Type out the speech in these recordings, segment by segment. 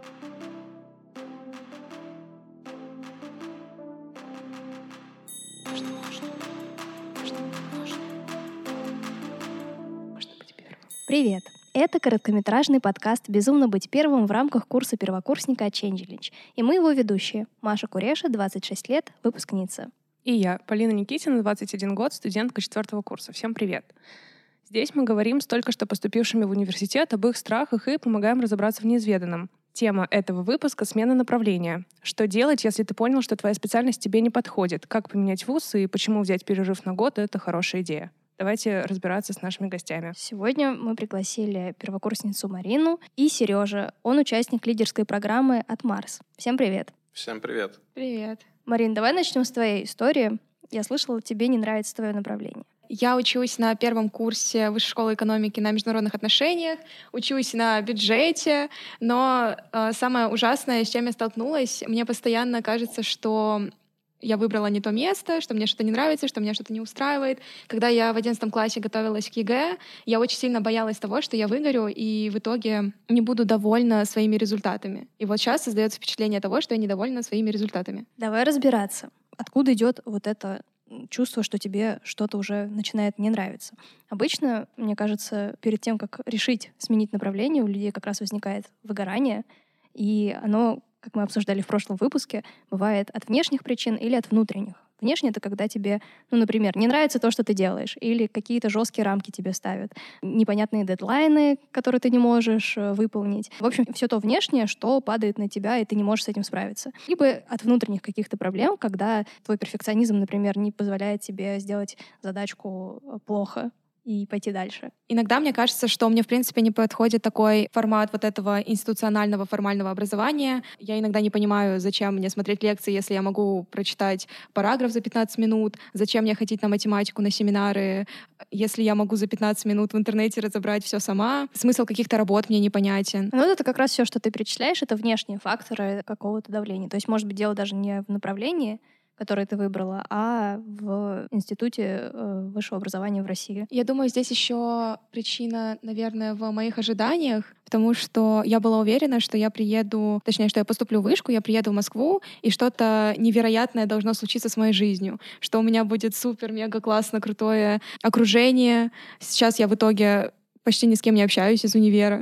Привет! Это короткометражный подкаст «Безумно быть первым» в рамках курса первокурсника от Changelenge. И мы его ведущие. Маша Куреша, 26 лет, выпускница. И я, Полина Никитина, 21 год, студентка 4 курса. Всем привет! Здесь мы говорим с только что поступившими в университет об их страхах и помогаем разобраться в неизведанном. Тема этого выпуска — смена направления. Что делать, если ты понял, что твоя специальность тебе не подходит? Как поменять вуз и почему взять перерыв на год — это хорошая идея. Давайте разбираться с нашими гостями. Сегодня мы пригласили первокурсницу Марину и Сережа. Он участник лидерской программы от Марс. Всем привет. Всем привет. Привет. Марин, давай начнем с твоей истории. Я слышала, тебе не нравится твое направление. Я учусь на 1 курсе Высшей школы экономики на международных отношениях, учусь на бюджете, но самое ужасное, с чем я столкнулась, мне постоянно кажется, что я выбрала не то место, что мне что-то не нравится, что меня что-то не устраивает. Когда я в 11 классе готовилась к ЕГЭ, я очень сильно боялась того, что я выгорю и в итоге не буду довольна своими результатами. И вот сейчас создается впечатление того, что я недовольна своими результатами. Давай разбираться. Откуда идет вот это чувство, что тебе что-то уже начинает не нравиться? Обычно, мне кажется, перед тем, как решить сменить направление, у людей как раз возникает выгорание, и оно, как мы обсуждали в прошлом выпуске, бывает от внешних причин или от внутренних. Внешне — это когда тебе, например, не нравится то, что ты делаешь, или какие-то жесткие рамки тебе ставят, непонятные дедлайны, которые ты не можешь выполнить. В общем, все то внешнее, что падает на тебя, и ты не можешь с этим справиться. Либо от внутренних каких-то проблем, когда твой перфекционизм, например, не позволяет тебе сделать задачку плохо и пойти дальше. Иногда мне кажется, что мне, в принципе, не подходит такой формат вот этого институционального формального образования. Я иногда не понимаю, зачем мне смотреть лекции, если я могу прочитать параграф за 15 минут, зачем мне ходить на математику, на семинары, если я могу за 15 минут в интернете разобрать все сама. Смысл каких-то работ мне непонятен. Ну, это как раз все, что ты перечисляешь, это внешние факторы какого-то давления. То есть, может быть, дело даже не в направлении, которое ты выбрала, а в институте высшего образования в России. Я думаю, здесь еще причина, наверное, в моих ожиданиях, потому что я была уверена, что я приеду, точнее, что я поступлю в вышку, я приеду в Москву, и что-то невероятное должно случиться с моей жизнью, что у меня будет супер-мега-классно крутое окружение. Сейчас я в итоге почти ни с кем не общаюсь из универа.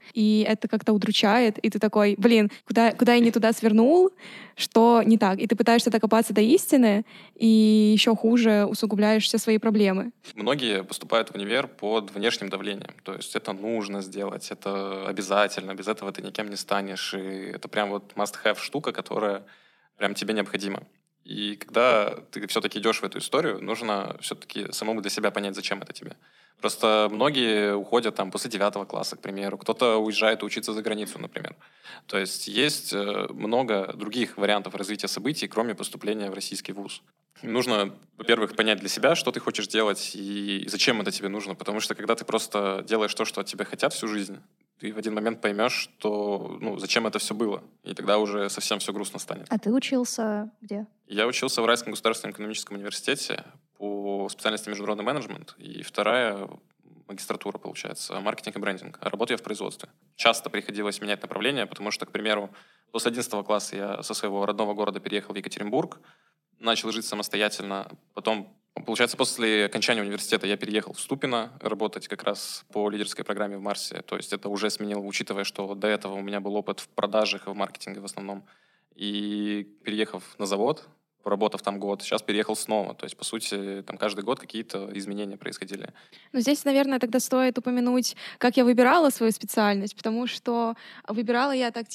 И это как-то удручает, и ты такой, куда я не туда свернул, что не так. И ты пытаешься докопаться до истины, и еще хуже усугубляешь все свои проблемы. Многие поступают в универ под внешним давлением. То есть это нужно сделать, это обязательно, без этого ты никем не станешь. И это прям вот must-have штука, которая прям тебе необходима. И когда ты все-таки идешь в эту историю, нужно все-таки самому для себя понять, зачем это тебе. Просто многие уходят там после 9 класса, к примеру. Кто-то уезжает учиться за границу, например. То есть есть много других вариантов развития событий, кроме поступления в российский вуз. Нужно, во-первых, понять для себя, что ты хочешь делать и зачем это тебе нужно. Потому что когда ты просто делаешь то, что от тебя хотят всю жизнь, ты в один момент поймешь, что зачем это все было. И тогда уже совсем все грустно станет. А ты учился где? Я учился в Уральском государственном экономическом университете по специальности международный менеджмент. И вторая магистратура, получается, маркетинг и брендинг. А работаю я в производстве. Часто приходилось менять направление, потому что, к примеру, после 11 класса я со своего родного города переехал в Екатеринбург, начал жить самостоятельно. Потом, получается, после окончания университета я переехал в Ступино работать как раз по лидерской программе в Марсе. То есть это уже сменило, учитывая, что до этого у меня был опыт в продажах и в маркетинге в основном. И переехав на завод, поработав там год, сейчас переехал снова. То есть, по сути, там каждый год какие-то изменения происходили. Но здесь, наверное, тогда стоит упомянуть, как я выбирала свою специальность, потому что выбирала я так,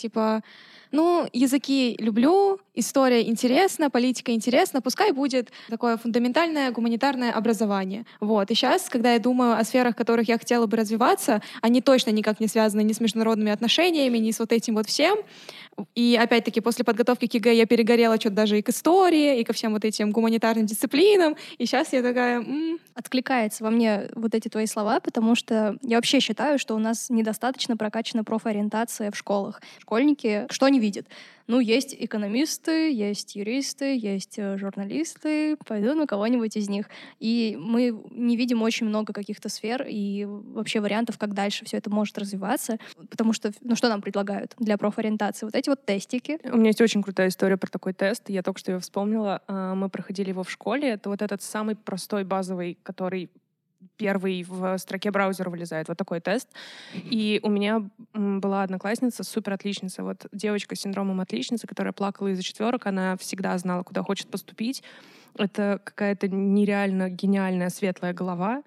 языки люблю, история интересна, политика интересна, пускай будет такое фундаментальное гуманитарное образование. Вот. И сейчас, когда я думаю о сферах, в которых я хотела бы развиваться, они точно никак не связаны ни с международными отношениями, ни с вот этим вот всем. И опять-таки после подготовки к ЕГЭ я перегорела что-то даже и к истории, и ко всем вот этим гуманитарным дисциплинам. И сейчас я такая... откликается во мне вот эти твои слова, потому что я вообще считаю, что у нас недостаточно прокачана профориентация в школах. Школьники что они видят? Ну, есть экономисты, есть юристы, есть журналисты, пойду на кого-нибудь из них. И мы не видим очень много каких-то сфер и вообще вариантов, как дальше все это может развиваться, потому что, ну, что нам предлагают для профориентации? Вот эти вот тестики. У меня есть очень крутая история про такой тест, я только что ее вспомнила. Мы проходили его в школе. Это вот этот самый простой, базовый, который первый в строке браузера вылезает, вот такой тест. И у меня была одноклассница, супер отличница, вот девочка с синдромом отличницы, которая плакала из-за четверок, она всегда знала, куда хочет поступить. Это какая-то нереально гениальная светлая голова.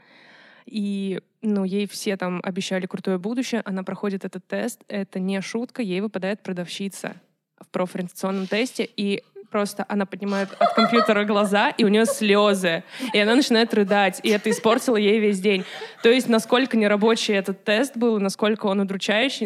И ей все там обещали крутое будущее. Она проходит этот тест, это не шутка, ей выпадает продавщица в профориентационном тесте, и просто она поднимает от компьютера глаза, и у нее слезы. И она начинает рыдать. И это испортило ей весь день. То есть, насколько нерабочий этот тест был, насколько он удручающий,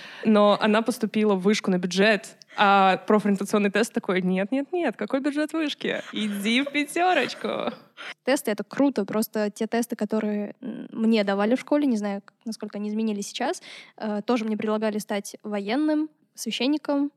но она поступила в вышку на бюджет. А профориентационный тест такой: нет, какой бюджет вышки? Иди в 5. Тесты — это круто. Просто те тесты, которые мне давали в школе, не знаю, насколько они изменились сейчас, тоже мне предлагали стать военным, священником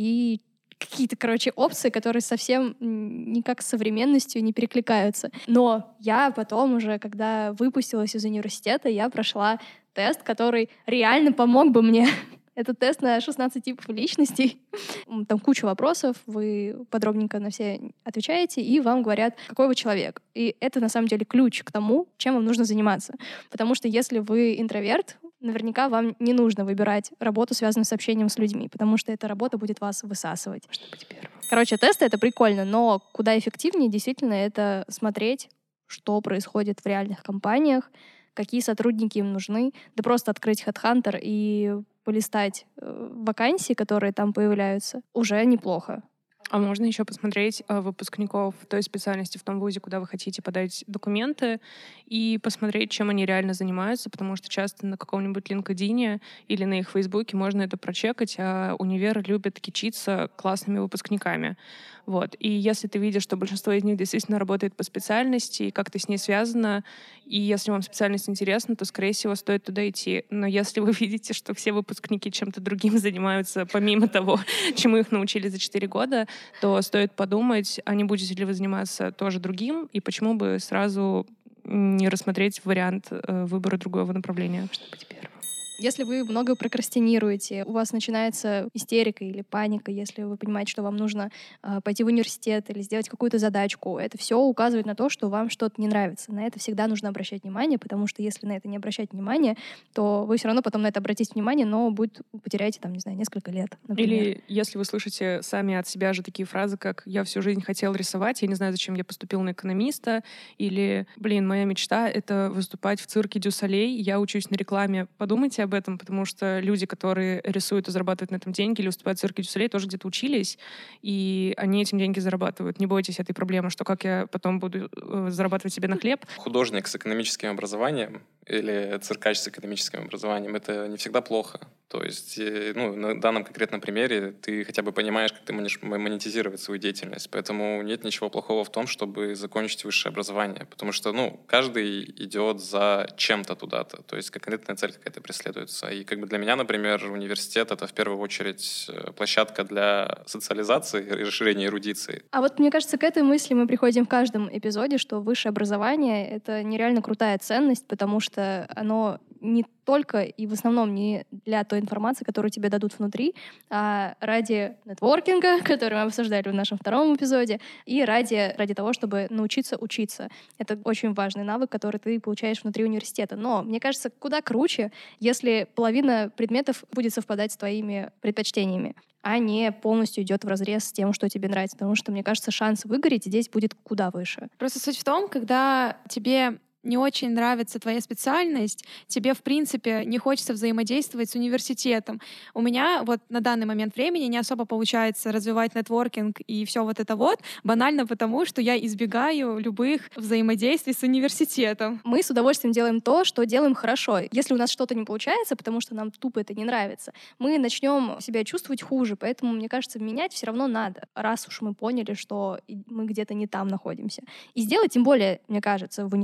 и какие-то, опции, которые совсем никак с современностью не перекликаются. Но я потом уже, когда выпустилась из университета, я прошла тест, который реально помог бы мне. Это тест на 16 типов личностей. Там куча вопросов, вы подробненько на все отвечаете, и вам говорят, какой вы человек. И это, на самом деле, ключ к тому, чем вам нужно заниматься. Потому что если вы интроверт, наверняка вам не нужно выбирать работу, связанную с общением с людьми, потому что эта работа будет вас высасывать. Тесты — это прикольно, но куда эффективнее действительно это смотреть, что происходит в реальных компаниях, какие сотрудники им нужны. Да просто открыть HeadHunter и полистать вакансии, которые там появляются, уже неплохо. А можно еще посмотреть выпускников той специальности в том вузе, куда вы хотите подать документы, и посмотреть, чем они реально занимаются, потому что часто на каком-нибудь LinkedIn или на их Фейсбуке можно это прочекать, а универ любит кичиться классными выпускниками. Вот. И если ты видишь, что большинство из них действительно работает по специальности, и как-то с ней связано, и если вам специальность интересна, то, скорее всего, стоит туда идти. Но если вы видите, что все выпускники чем-то другим занимаются, помимо того, чему их научили за 4 года, то стоит подумать, а не будете ли вы заниматься тоже другим, и почему бы сразу не рассмотреть вариант выбора другого направления. Чтобы теперь... Если вы много прокрастинируете, у вас начинается истерика или паника, если вы понимаете, что вам нужно пойти в университет или сделать какую-то задачку, это все указывает на то, что вам что-то не нравится. На это всегда нужно обращать внимание, потому что если на это не обращать внимания, то вы все равно потом на это обратите внимание, но вы потеряете, несколько лет, например. Или если вы слышите сами от себя же такие фразы, как «я всю жизнь хотел рисовать, я не знаю, зачем я поступил на экономиста», или моя мечта — это выступать в цирке Дю Солей, я учусь на рекламе. Подумайте об этом, потому что люди, которые рисуют и зарабатывают на этом деньги или выступают в цирке Дю Солей, тоже где-то учились, и они этим деньги зарабатывают. Не бойтесь этой проблемы, что как я потом буду зарабатывать себе на хлеб. Художник с экономическим образованием или циркач с экономическим образованием — это не всегда плохо. То есть, на данном конкретном примере ты хотя бы понимаешь, как ты можешь монетизировать свою деятельность. Поэтому нет ничего плохого в том, чтобы закончить высшее образование. Потому что, каждый идет за чем-то туда-то. То есть конкретная цель какая-то преследуется. И для меня, например, университет — это в первую очередь площадка для социализации и расширения эрудиции. А вот мне кажется, к этой мысли мы приходим в каждом эпизоде, что высшее образование — это нереально крутая ценность, потому что оно не только и в основном не для той информации, которую тебе дадут внутри, а ради нетворкинга, который мы обсуждали в нашем 2 эпизоде, и ради того, чтобы научиться учиться. Это очень важный навык, который ты получаешь внутри университета. Но мне кажется, куда круче, если половина предметов будет совпадать с твоими предпочтениями, а не полностью идет вразрез с тем, что тебе нравится. Потому что, мне кажется, шанс выгореть здесь будет куда выше. Просто суть в том, когда тебе не очень нравится твоя специальность, тебе, в принципе, не хочется взаимодействовать с университетом. У меня вот на данный момент времени не особо получается развивать нетворкинг и все вот это вот, банально потому, что я избегаю любых взаимодействий с университетом. Мы с удовольствием делаем то, что делаем хорошо. Если у нас что-то не получается, потому что нам тупо это не нравится, мы начнем себя чувствовать хуже. Поэтому, мне кажется, менять все равно надо, раз уж мы поняли, что мы где-то не там находимся. И сделать, тем более, мне кажется, в университете это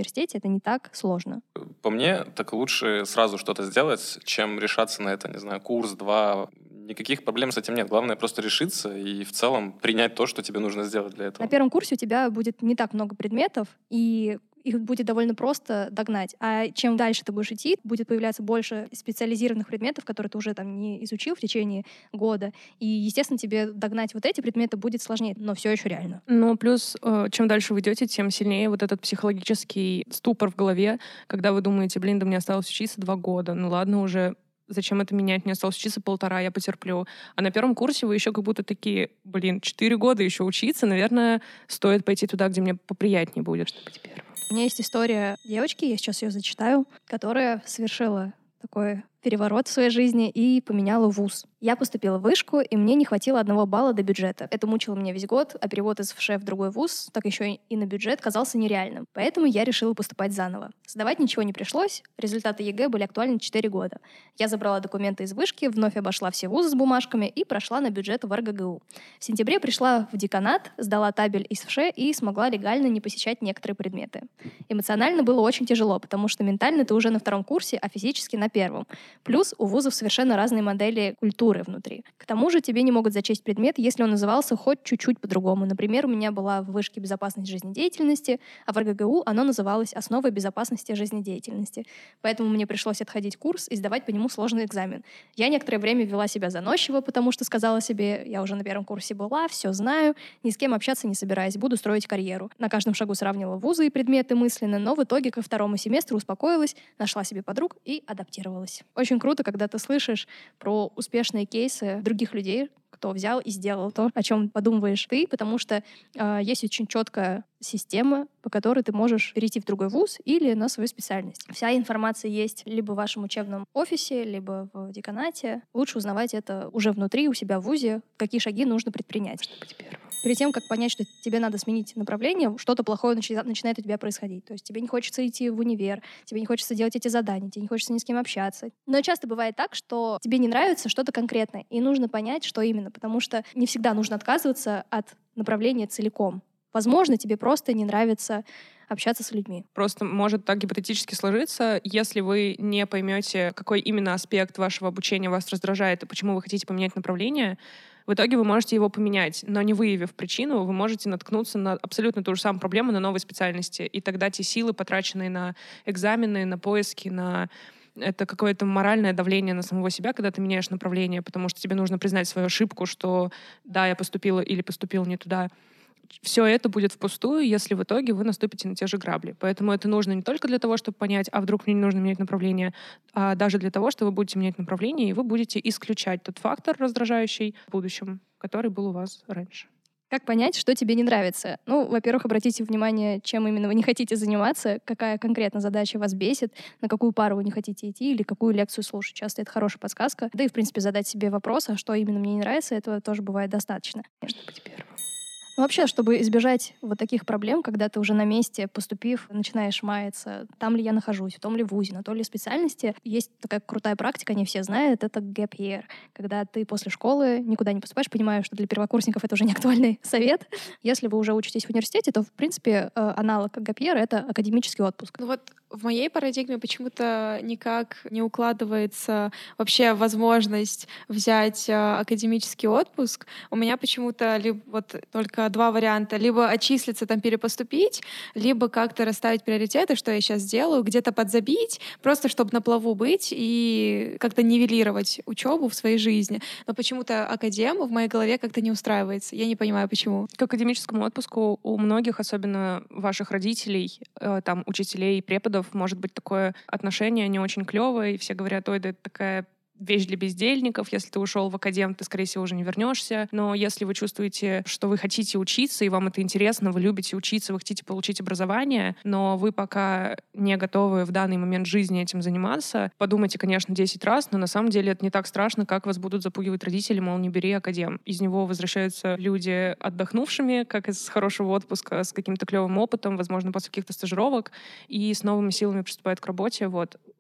это не так сложно. По мне, так лучше сразу что-то сделать, чем решаться на это, не знаю, курс, 2. Никаких проблем с этим нет. Главное просто решиться и в целом принять то, что тебе нужно сделать для этого. На первом курсе у тебя будет не так много предметов, и их будет довольно просто догнать. А чем дальше ты будешь идти, будет появляться больше специализированных предметов, которые ты уже там не изучил в течение года. И, естественно, тебе догнать вот эти предметы будет сложнее, но все еще реально. Ну, плюс, чем дальше вы идете, тем сильнее вот этот психологический ступор в голове, когда вы думаете, да мне осталось учиться 2 года, ну ладно уже, зачем это менять? Мне осталось учиться 1,5, я потерплю. А на первом курсе вы еще как будто такие, 4 года еще учиться, наверное, стоит пойти туда, где мне поприятнее будет, чтобы теперь. У меня есть история девочки, я сейчас ее зачитаю, которая совершила такой переворот в своей жизни и поменяла вуз. Я поступила в вышку, и мне не хватило 1 балла до бюджета. Это мучило меня весь год, а перевод из ВШЭ в другой вуз, так еще и на бюджет, казался нереальным. Поэтому я решила поступать заново. Сдавать ничего не пришлось, результаты ЕГЭ были актуальны 4 года. Я забрала документы из вышки, вновь обошла все вузы с бумажками и прошла на бюджет в РГГУ. В сентябре пришла в деканат, сдала табель из ВШЭ и смогла легально не посещать некоторые предметы. Эмоционально было очень тяжело, потому что ментально ты уже на 2 курсе, а физически на 1. Плюс у вузов совершенно разные модели культуры внутри. К тому же тебе не могут зачесть предмет, если он назывался хоть чуть-чуть по-другому. Например, у меня была в вышке безопасность жизнедеятельности, а в РГГУ оно называлось «Основы безопасности жизнедеятельности». Поэтому мне пришлось отходить курс и сдавать по нему сложный экзамен. Я некоторое время вела себя заносчиво, потому что сказала себе, я уже на 1 курсе была, все знаю, ни с кем общаться не собираюсь, буду строить карьеру. На каждом шагу сравнивала вузы и предметы мысленно, но в итоге ко 2 семестру успокоилась, нашла себе подруг и адаптировалась. Очень круто, когда ты слышишь про успешные кейсы других людей, кто взял и сделал то, о чем подумываешь ты, потому что есть очень четкая система, по которой ты можешь перейти в другой вуз или на свою специальность. Вся информация есть либо в вашем учебном офисе, либо в деканате. Лучше узнавать это уже внутри, у себя в вузе, какие шаги нужно предпринять, чтобы быть первым. Перед тем, как понять, что тебе надо сменить направление, что-то плохое начинает у тебя происходить. То есть тебе не хочется идти в универ, тебе не хочется делать эти задания, тебе не хочется ни с кем общаться. Но часто бывает так, что тебе не нравится что-то конкретное, и нужно понять, что именно, потому что не всегда нужно отказываться от направления целиком. Возможно, тебе просто не нравится общаться с людьми. Просто может так гипотетически сложиться, если вы не поймете, какой именно аспект вашего обучения вас раздражает и почему вы хотите поменять направление, в итоге вы можете его поменять, но не выявив причину, вы можете наткнуться на абсолютно ту же самую проблему на новой специальности. И тогда те силы, потраченные на экзамены, на поиски, на это какое-то моральное давление на самого себя, когда ты меняешь направление, потому что тебе нужно признать свою ошибку, что да, я поступила или поступил не туда. Все это будет впустую, если в итоге вы наступите на те же грабли. Поэтому это нужно не только для того, чтобы понять, а вдруг мне не нужно менять направление, а даже для того, что вы будете менять направление, и вы будете исключать тот фактор раздражающий в будущем, который был у вас раньше. Как понять, что тебе не нравится? Ну, во-первых, обратите внимание, чем именно вы не хотите заниматься, какая конкретно задача вас бесит, на какую пару вы не хотите идти или какую лекцию слушать. Часто это хорошая подсказка. Да и, в принципе, задать себе вопрос, а что именно мне не нравится, этого тоже бывает достаточно. Чтобы быть первым. Ну, вообще, чтобы избежать вот таких проблем, когда ты уже на месте, поступив, начинаешь маяться, там ли я нахожусь, в том ли вузе, на той ли специальности, есть такая крутая практика, они все знают, это gap year. Когда ты после школы никуда не поступаешь, понимаю, что для первокурсников это уже не актуальный совет. Если вы уже учитесь в университете, то, в принципе, аналог gap year — это академический отпуск. Ну вот в моей парадигме почему-то никак не укладывается вообще возможность взять академический отпуск. У меня почему-то либо вот только 2 варианта: либо отчислиться, там перепоступить, либо как-то расставить приоритеты, что я сейчас делаю, где-то подзабить, просто чтобы на плаву быть и как-то нивелировать учебу в своей жизни. Но почему-то академ в моей голове как-то не устраивается. Я не понимаю, почему. К академическому отпуску у многих, особенно ваших родителей, там, учителей, преподов, может быть такое отношение не очень клевое, и все говорят: ой, да это такая вещь для бездельников. Если ты ушел в академ, ты, скорее всего, уже не вернешься. Но если вы чувствуете, что вы хотите учиться, и вам это интересно, вы любите учиться, вы хотите получить образование, но вы пока не готовы в данный момент жизни этим заниматься, подумайте, конечно, 10 раз, но на самом деле это не так страшно, как вас будут запугивать родители, мол, не бери академ. Из него возвращаются люди отдохнувшими, как из хорошего отпуска, с каким-то клевым опытом, возможно, после каких-то стажировок, и с новыми силами приступают к работе. Вот.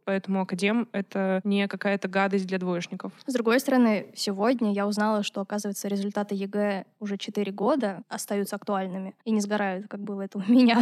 поэтому академ — это не какая-то гадость для двоечников. С другой стороны, сегодня я узнала, что, оказывается, результаты ЕГЭ уже 4 года остаются актуальными и не сгорают, как было это у меня.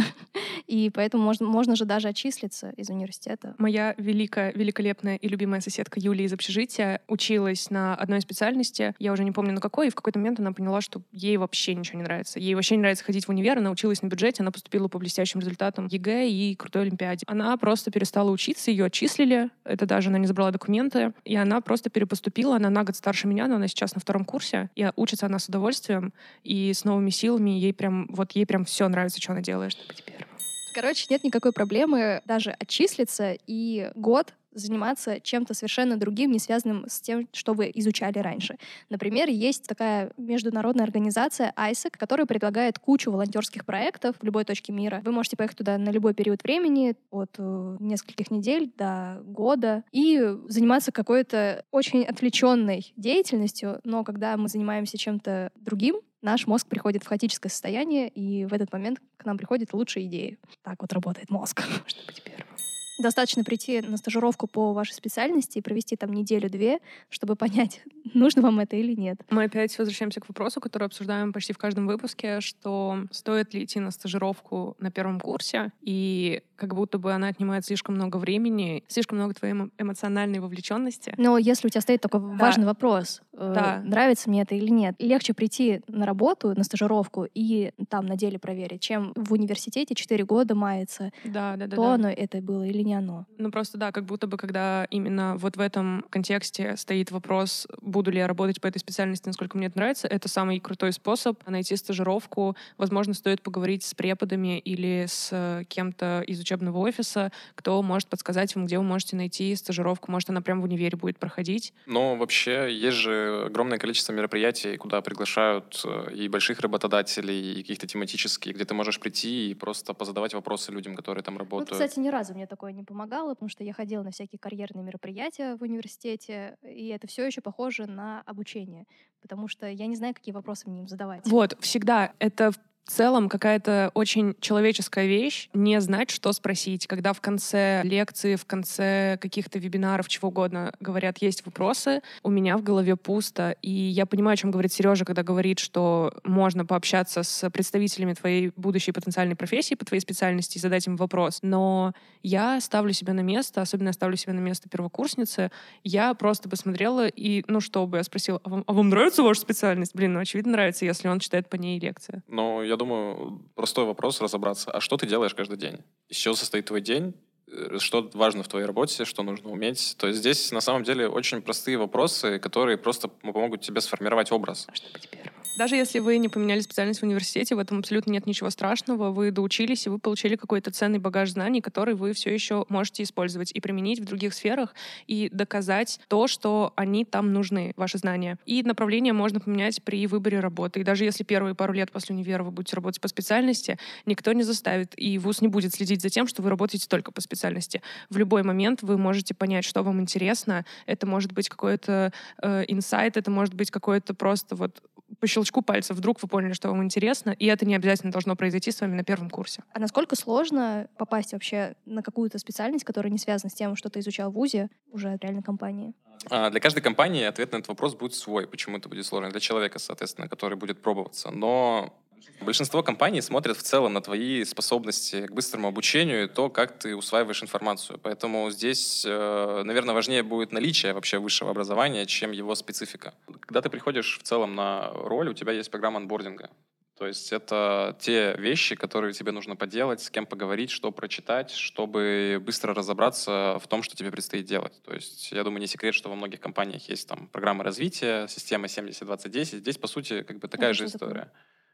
И поэтому можно же даже отчислиться из университета. Моя великолепная и любимая соседка Юлия из общежития училась на одной специальности, я уже не помню на какой, и в какой-то момент она поняла, что ей вообще ничего не нравится. Ей вообще не нравится ходить в универ, она училась на бюджете, она поступила по блестящим результатам ЕГЭ и крутой олимпиаде. Она просто перестала учиться, ее отчислили, это даже она не забрала документы, и она просто перепоступила, она на год старше меня, но она сейчас на 2 курсе, и учится она с удовольствием, и с новыми силами, ей прям все нравится, что она делает, чтобы теперь. Короче, нет никакой проблемы даже отчислиться и год заниматься чем-то совершенно другим, не связанным с тем, что вы изучали раньше. Например, есть такая международная организация ISEC, которая предлагает кучу волонтерских проектов в любой точке мира. Вы можете поехать туда на любой период времени, от нескольких недель до года, и заниматься какой-то очень отвлеченной деятельностью, но когда мы занимаемся чем-то другим, наш мозг приходит в хаотическое состояние, и в этот момент к нам приходят лучшие идеи. Так вот работает мозг. Чтобы теперь. Достаточно прийти на стажировку по вашей специальности и провести там 1-2, чтобы понять, нужно вам это или нет. Мы опять возвращаемся к вопросу, который обсуждаем почти в каждом выпуске, что стоит ли идти на стажировку на 1 курсе, и как будто бы она отнимает слишком много времени, слишком много твоей эмоциональной вовлеченности. Но если у тебя стоит такой важный вопрос, нравится мне это или нет, легче прийти на работу, на стажировку и там на деле проверить, чем в университете 4 года маяться, оно это было или не оно. Ну просто да, как будто бы когда именно вот в этом контексте стоит вопрос, буду ли я работать по этой специальности, насколько мне это нравится, это самый крутой способ найти стажировку. Возможно, стоит поговорить с преподами или с кем-то из учебного офиса, кто может подсказать вам, где вы можете найти стажировку. Может, она прямо в универе будет проходить. Но вообще есть же огромное количество мероприятий, куда приглашают и больших работодателей, и каких-то тематических, где ты можешь прийти и просто позадавать вопросы людям, которые там работают. Вот, кстати, ни разу мне такое не помогало, потому что я ходила на всякие карьерные мероприятия в университете, и это все еще похоже на обучение, потому что я не знаю, какие вопросы мне им задавать. Вот, всегда это в целом какая-то очень человеческая вещь не знать, что спросить. Когда в конце лекции, в конце каких-то вебинаров, чего угодно говорят, есть вопросы, у меня в голове пусто. И я понимаю, о чем говорит Сережа, когда говорит, что можно пообщаться с представителями твоей будущей потенциальной профессии по твоей специальности и задать им вопрос. Но я ставлю себя на место, особенно я ставлю себя на место первокурсницы. Я просто посмотрела и, я спросила, а вам нравится ваша специальность? Очевидно, нравится, если он читает по ней лекции. Но я думаю, простой вопрос разобраться. А что ты делаешь каждый день? Из чего состоит твой день? Что важно в твоей работе? Что нужно уметь? То есть здесь на самом деле очень простые вопросы, которые просто помогут тебе сформировать образ. А что быть первым? Даже если вы не поменяли специальность в университете, в этом абсолютно нет ничего страшного. Вы доучились, и вы получили какой-то ценный багаж знаний, который вы все еще можете использовать и применить в других сферах, и доказать то, что они там нужны, ваши знания. И направление можно поменять при выборе работы. И даже если первые пару лет после универа вы будете работать по специальности, никто не заставит, и вуз не будет следить за тем, что вы работаете только по специальности. В любой момент вы можете понять, что вам интересно. Это может быть какой-то инсайт, это может быть какой-то просто по щелчку пальцев вдруг вы поняли, что вам интересно, и это не обязательно должно произойти с вами на 1 курсе. А насколько сложно попасть вообще на какую-то специальность, которая не связана с тем, что ты изучал в вузе, уже в реальной компании? Для каждой компании ответ на этот вопрос будет свой. Почему это будет сложно? Для человека, соответственно, который будет пробоваться. Но большинство компаний смотрят в целом на твои способности к быстрому обучению и то, как ты усваиваешь информацию. Поэтому здесь, наверное, важнее будет наличие вообще высшего образования, чем его специфика. Когда ты приходишь в целом на роль, у тебя есть программа онбординга. То есть это те вещи, которые тебе нужно поделать, с кем поговорить, что прочитать, чтобы быстро разобраться в том, что тебе предстоит делать. То есть я думаю, не секрет, что во многих компаниях есть там программы развития, система 70-20-10. Здесь, по сути, такая же история.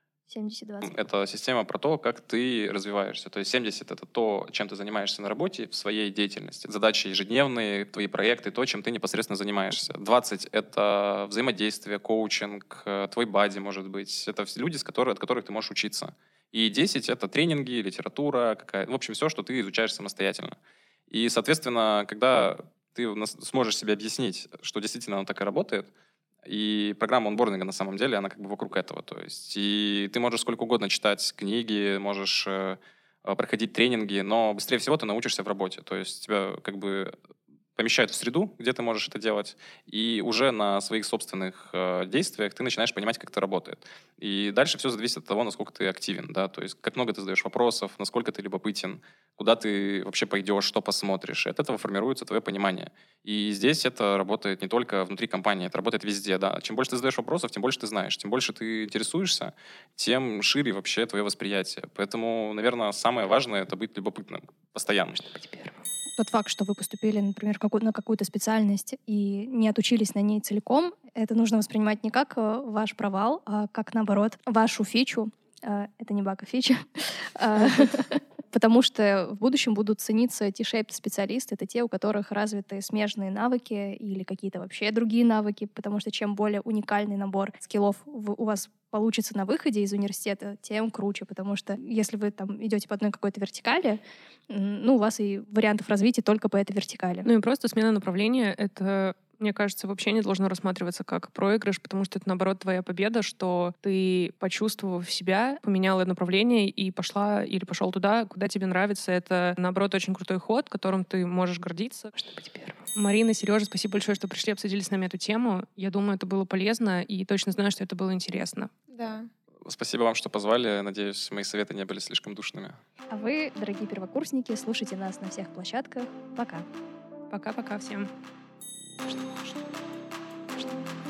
70-20. Это система про то, как ты развиваешься. То есть 70 — это то, чем ты занимаешься на работе, в своей деятельности. Задачи ежедневные, твои проекты, то, чем ты непосредственно занимаешься. 20 — это взаимодействие, коучинг, твой бади, может быть. Это люди, от которых ты можешь учиться. И 10 — это тренинги, литература, в общем, все, что ты изучаешь самостоятельно. И, соответственно, когда ты сможешь себе объяснить, что действительно оно так и работает, и программа онбординга, на самом деле, она вокруг этого. То есть, и ты можешь сколько угодно читать книги, можешь проходить тренинги, но быстрее всего ты научишься в работе. То есть у тебя помещают в среду, где ты можешь это делать, и уже на своих собственных действиях ты начинаешь понимать, как это работает. И дальше все зависит от того, насколько ты активен, да, то есть как много ты задаешь вопросов, насколько ты любопытен, куда ты вообще пойдешь, что посмотришь. И от этого формируется твое понимание. И здесь это работает не только внутри компании, это работает везде, да. Чем больше ты задаешь вопросов, тем больше ты знаешь. Тем больше ты интересуешься, тем шире вообще твое восприятие. Поэтому, наверное, самое важное — это быть любопытным постоянно. Тот факт, что вы поступили, например, на какую-то специальность и не отучились на ней целиком, это нужно воспринимать не как ваш провал, а как, наоборот, вашу фичу. Это не баг, а фича. Потому что в будущем будут цениться T-shaped специалисты. Это те, у которых развиты смежные навыки или какие-то вообще другие навыки, потому что чем более уникальный набор скиллов у вас получится на выходе из университета, тем круче, потому что если вы там идете по одной какой-то вертикали, у вас и вариантов развития только по этой вертикали. Ну и просто смена направления — это, мне кажется, вообще не должно рассматриваться как проигрыш, потому что это, наоборот, твоя победа, что ты, почувствовав себя, поменяла направление и пошла или пошел туда, куда тебе нравится. Это, наоборот, очень крутой ход, которым ты можешь гордиться. Чтобы быть первым. Марина, Сережа, спасибо большое, что пришли, обсудили с нами эту тему. Я думаю, это было полезно, и точно знаю, что это было интересно. Да. Спасибо вам, что позвали. Надеюсь, мои советы не были слишком душными. А вы, дорогие первокурсники, слушайте нас на всех площадках. Пока. Пока-пока всем. Что?